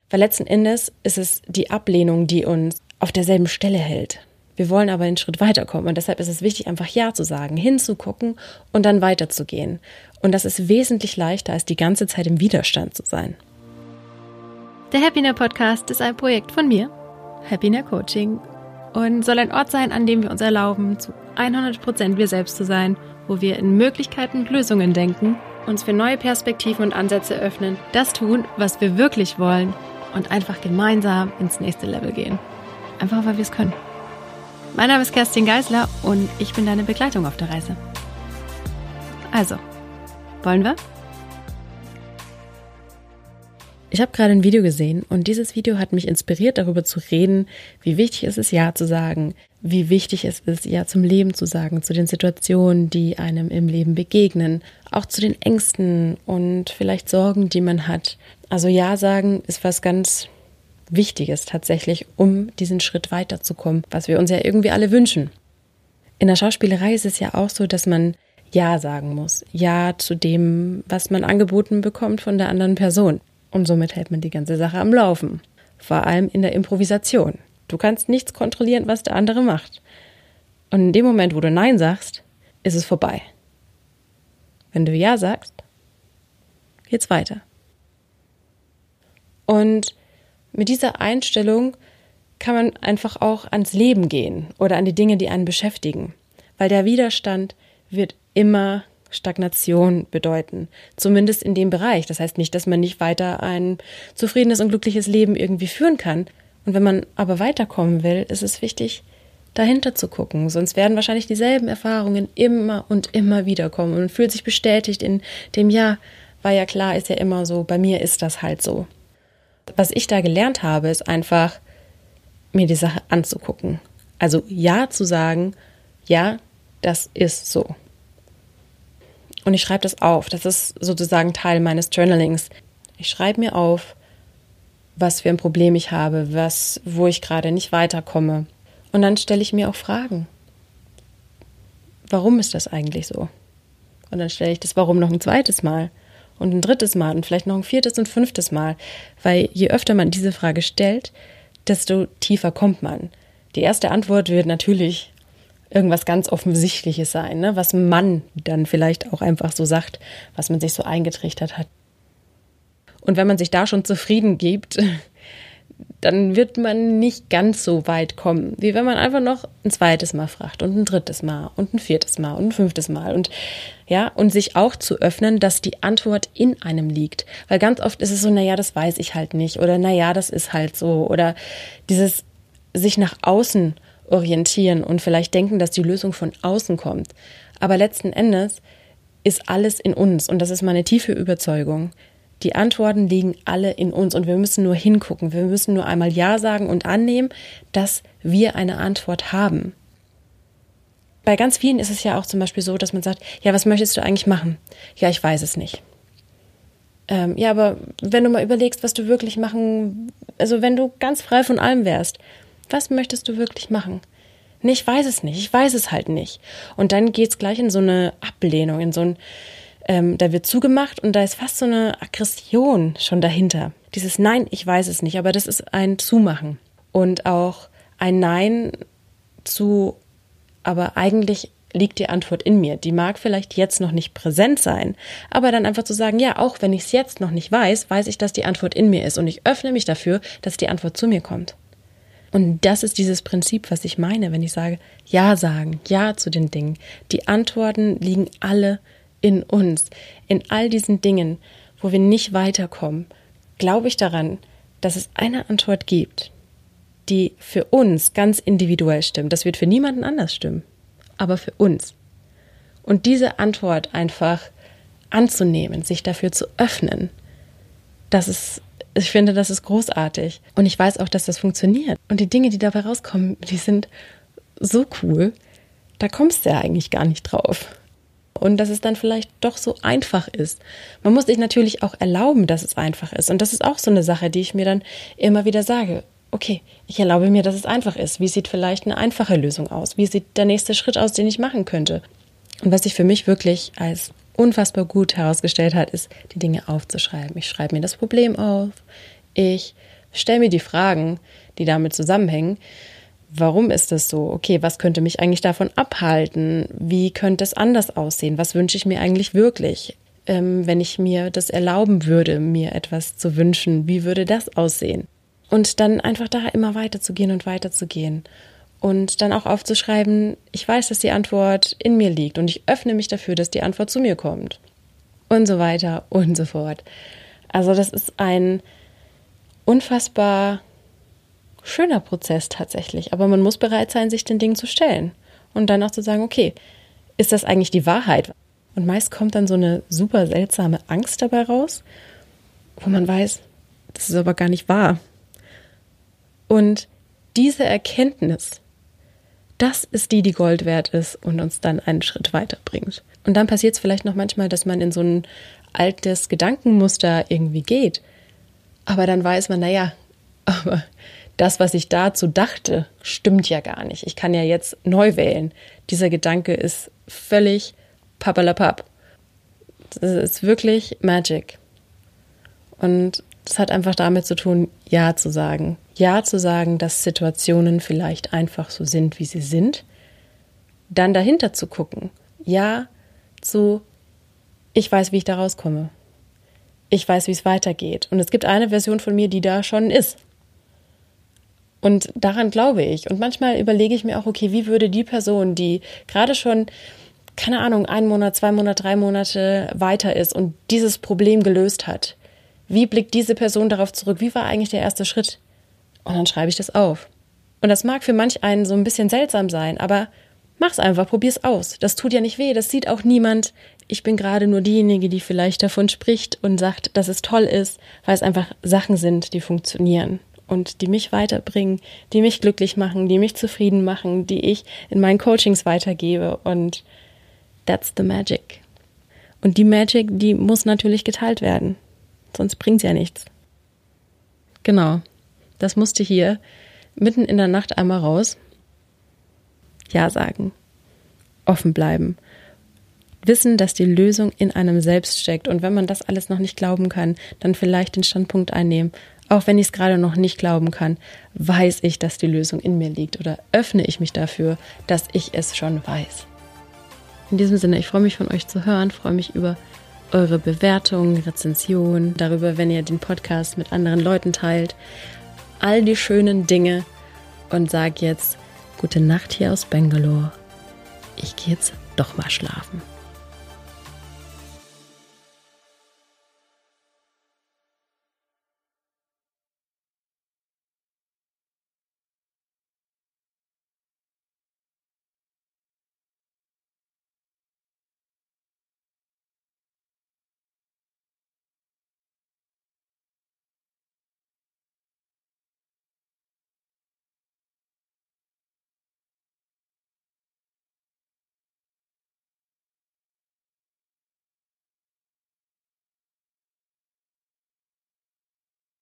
Weil letzten Endes ist es die Ablehnung, die uns auf derselben Stelle hält. Wir wollen aber einen Schritt weiterkommen und deshalb ist es wichtig, einfach Ja zu sagen, hinzugucken und dann weiterzugehen. Und das ist wesentlich leichter, als die ganze Zeit im Widerstand zu sein. Der Happiner Podcast ist ein Projekt von mir, Happiner Coaching, und soll ein Ort sein, an dem wir uns erlauben, zu 100% wir selbst zu sein, wo wir in Möglichkeiten und Lösungen denken, uns für neue Perspektiven und Ansätze öffnen, das tun, was wir wirklich wollen und einfach gemeinsam ins nächste Level gehen. Einfach, weil wir es können. Mein Name ist Kerstin Geisler und ich bin deine Begleitung auf der Reise. Also, wollen wir? Ich habe gerade ein Video gesehen und dieses Video hat mich inspiriert, darüber zu reden, wie wichtig es ist, Ja zu sagen, wie wichtig es ist, Ja zum Leben zu sagen, zu den Situationen, die einem im Leben begegnen, auch zu den Ängsten und vielleicht Sorgen, die man hat. Also Ja sagen ist was ganz Wichtiges tatsächlich, um diesen Schritt weiterzukommen, was wir uns ja irgendwie alle wünschen. In der Schauspielerei ist es ja auch so, dass man Ja sagen muss. Ja zu dem, was man angeboten bekommt von der anderen Person. Und somit hält man die ganze Sache am Laufen. Vor allem in der Improvisation. Du kannst nichts kontrollieren, was der andere macht. Und in dem Moment, wo du Nein sagst, ist es vorbei. Wenn du Ja sagst, geht's weiter. Und mit dieser Einstellung kann man einfach auch ans Leben gehen oder an die Dinge, die einen beschäftigen. Weil der Widerstand wird immer Stagnation bedeuten. Zumindest in dem Bereich. Das heißt nicht, dass man nicht weiter ein zufriedenes und glückliches Leben irgendwie führen kann. Und wenn man aber weiterkommen will, ist es wichtig, dahinter zu gucken. Sonst werden wahrscheinlich dieselben Erfahrungen immer und immer wieder kommen. Und man fühlt sich bestätigt in dem Ja, war ja klar, ist ja immer so, bei mir ist das halt so. Was ich da gelernt habe, ist einfach, mir die Sache anzugucken. Also Ja zu sagen, ja, das ist so. Und ich schreibe das auf. Das ist sozusagen Teil meines Journalings. Ich schreibe mir auf, was für ein Problem ich habe, wo ich gerade nicht weiterkomme. Und dann stelle ich mir auch Fragen. Warum ist das eigentlich so? Und dann stelle ich das Warum noch ein zweites Mal. Und ein drittes Mal und vielleicht noch ein viertes und fünftes Mal. Weil je öfter man diese Frage stellt, desto tiefer kommt man. Die erste Antwort wird natürlich irgendwas ganz Offensichtliches sein, ne? Was man dann vielleicht auch einfach so sagt, was man sich so eingetrichtert hat. Und wenn man sich da schon zufrieden gibt, dann wird man nicht ganz so weit kommen, wie wenn man einfach noch ein zweites Mal fragt und ein drittes Mal und ein viertes Mal und ein fünftes Mal und sich auch zu öffnen, dass die Antwort in einem liegt. Weil ganz oft ist es so, naja, das weiß ich halt nicht oder naja, das ist halt so oder dieses sich nach außen orientieren und vielleicht denken, dass die Lösung von außen kommt. Aber letzten Endes ist alles in uns und das ist meine tiefe Überzeugung. Die Antworten liegen alle in uns und wir müssen nur hingucken. Wir müssen nur einmal Ja sagen und annehmen, dass wir eine Antwort haben. Bei ganz vielen ist es ja auch zum Beispiel so, dass man sagt, ja, was möchtest du eigentlich machen? Ja, ich weiß es nicht. Ja, aber wenn du mal überlegst, was du wirklich machen, also wenn du ganz frei von allem wärst, was möchtest du wirklich machen? Nee, ich weiß es nicht, ich weiß es halt nicht. Und dann geht's gleich in so eine Ablehnung, in so ein da wird zugemacht und da ist fast so eine Aggression schon dahinter. Dieses Nein, ich weiß es nicht, aber das ist ein Zumachen. Und auch ein Nein zu, aber eigentlich liegt die Antwort in mir. Die mag vielleicht jetzt noch nicht präsent sein, aber dann einfach zu sagen, ja, auch wenn ich es jetzt noch nicht weiß, weiß ich, dass die Antwort in mir ist und ich öffne mich dafür, dass die Antwort zu mir kommt. Und das ist dieses Prinzip, was ich meine, wenn ich sage, Ja sagen, Ja zu den Dingen. Die Antworten liegen alle in uns, in all diesen Dingen, wo wir nicht weiterkommen, glaube ich daran, dass es eine Antwort gibt, die für uns ganz individuell stimmt. Das wird für niemanden anders stimmen, aber für uns. Und diese Antwort einfach anzunehmen, sich dafür zu öffnen, ich finde, das ist großartig. Und ich weiß auch, dass das funktioniert. Und die Dinge, die dabei rauskommen, die sind so cool, da kommst du ja eigentlich gar nicht drauf. Und dass es dann vielleicht doch so einfach ist. Man muss sich natürlich auch erlauben, dass es einfach ist. Und das ist auch so eine Sache, die ich mir dann immer wieder sage. Okay, ich erlaube mir, dass es einfach ist. Wie sieht vielleicht eine einfache Lösung aus? Wie sieht der nächste Schritt aus, den ich machen könnte? Und was sich für mich wirklich als unfassbar gut herausgestellt hat, ist, die Dinge aufzuschreiben. Ich schreibe mir das Problem auf. Ich stelle mir die Fragen, die damit zusammenhängen. Warum ist das so? Okay, was könnte mich eigentlich davon abhalten? Wie könnte es anders aussehen? Was wünsche ich mir eigentlich wirklich? Wenn ich mir das erlauben würde, mir etwas zu wünschen, wie würde das aussehen? Und dann einfach da immer weiterzugehen und weiterzugehen. Und dann auch aufzuschreiben, ich weiß, dass die Antwort in mir liegt und ich öffne mich dafür, dass die Antwort zu mir kommt. Und so weiter und so fort. Also das ist ein unfassbar schöner Prozess tatsächlich. Aber man muss bereit sein, sich den Dingen zu stellen. Und dann auch zu sagen, okay, ist das eigentlich die Wahrheit? Und meist kommt dann so eine super seltsame Angst dabei raus, wo man weiß, das ist aber gar nicht wahr. Und diese Erkenntnis, das ist die Gold wert ist und uns dann einen Schritt weiterbringt. Und dann passiert es vielleicht noch manchmal, dass man in so ein altes Gedankenmuster irgendwie geht. Aber dann weiß man, naja, aber das, was ich dazu dachte, stimmt ja gar nicht. Ich kann ja jetzt neu wählen. Dieser Gedanke ist völlig papalapap. Das ist wirklich Magic. Und das hat einfach damit zu tun, Ja zu sagen. Ja zu sagen, dass Situationen vielleicht einfach so sind, wie sie sind. Dann dahinter zu gucken. Ja zu, ich weiß, wie ich da rauskomme. Ich weiß, wie es weitergeht. Und es gibt eine Version von mir, die da schon ist. Und daran glaube ich. Und manchmal überlege ich mir auch, okay, wie würde die Person, die gerade schon, keine Ahnung, 1 Monat, 2 Monate, 3 Monate weiter ist und dieses Problem gelöst hat, wie blickt diese Person darauf zurück? Wie war eigentlich der erste Schritt? Und dann schreibe ich das auf. Und das mag für manch einen so ein bisschen seltsam sein, aber mach's einfach, probier's aus. Das tut ja nicht weh, das sieht auch niemand. Ich bin gerade nur diejenige, die vielleicht davon spricht und sagt, dass es toll ist, weil es einfach Sachen sind, die funktionieren und die mich weiterbringen, die mich glücklich machen, die mich zufrieden machen, die ich in meinen Coachings weitergebe. Und that's the magic. Und die Magic, die muss natürlich geteilt werden. Sonst bringt's ja nichts. Genau. Das musste hier mitten in der Nacht einmal raus. Ja sagen. Offen bleiben. Wissen, dass die Lösung in einem selbst steckt. Und wenn man das alles noch nicht glauben kann, dann vielleicht den Standpunkt einnehmen. Auch wenn ich es gerade noch nicht glauben kann, weiß ich, dass die Lösung in mir liegt. Oder öffne ich mich dafür, dass ich es schon weiß. In diesem Sinne, ich freue mich von euch zu hören, freue mich über eure Bewertungen, Rezensionen, darüber, wenn ihr den Podcast mit anderen Leuten teilt. All die schönen Dinge und sage jetzt gute Nacht hier aus Bangalore. Ich gehe jetzt doch mal schlafen.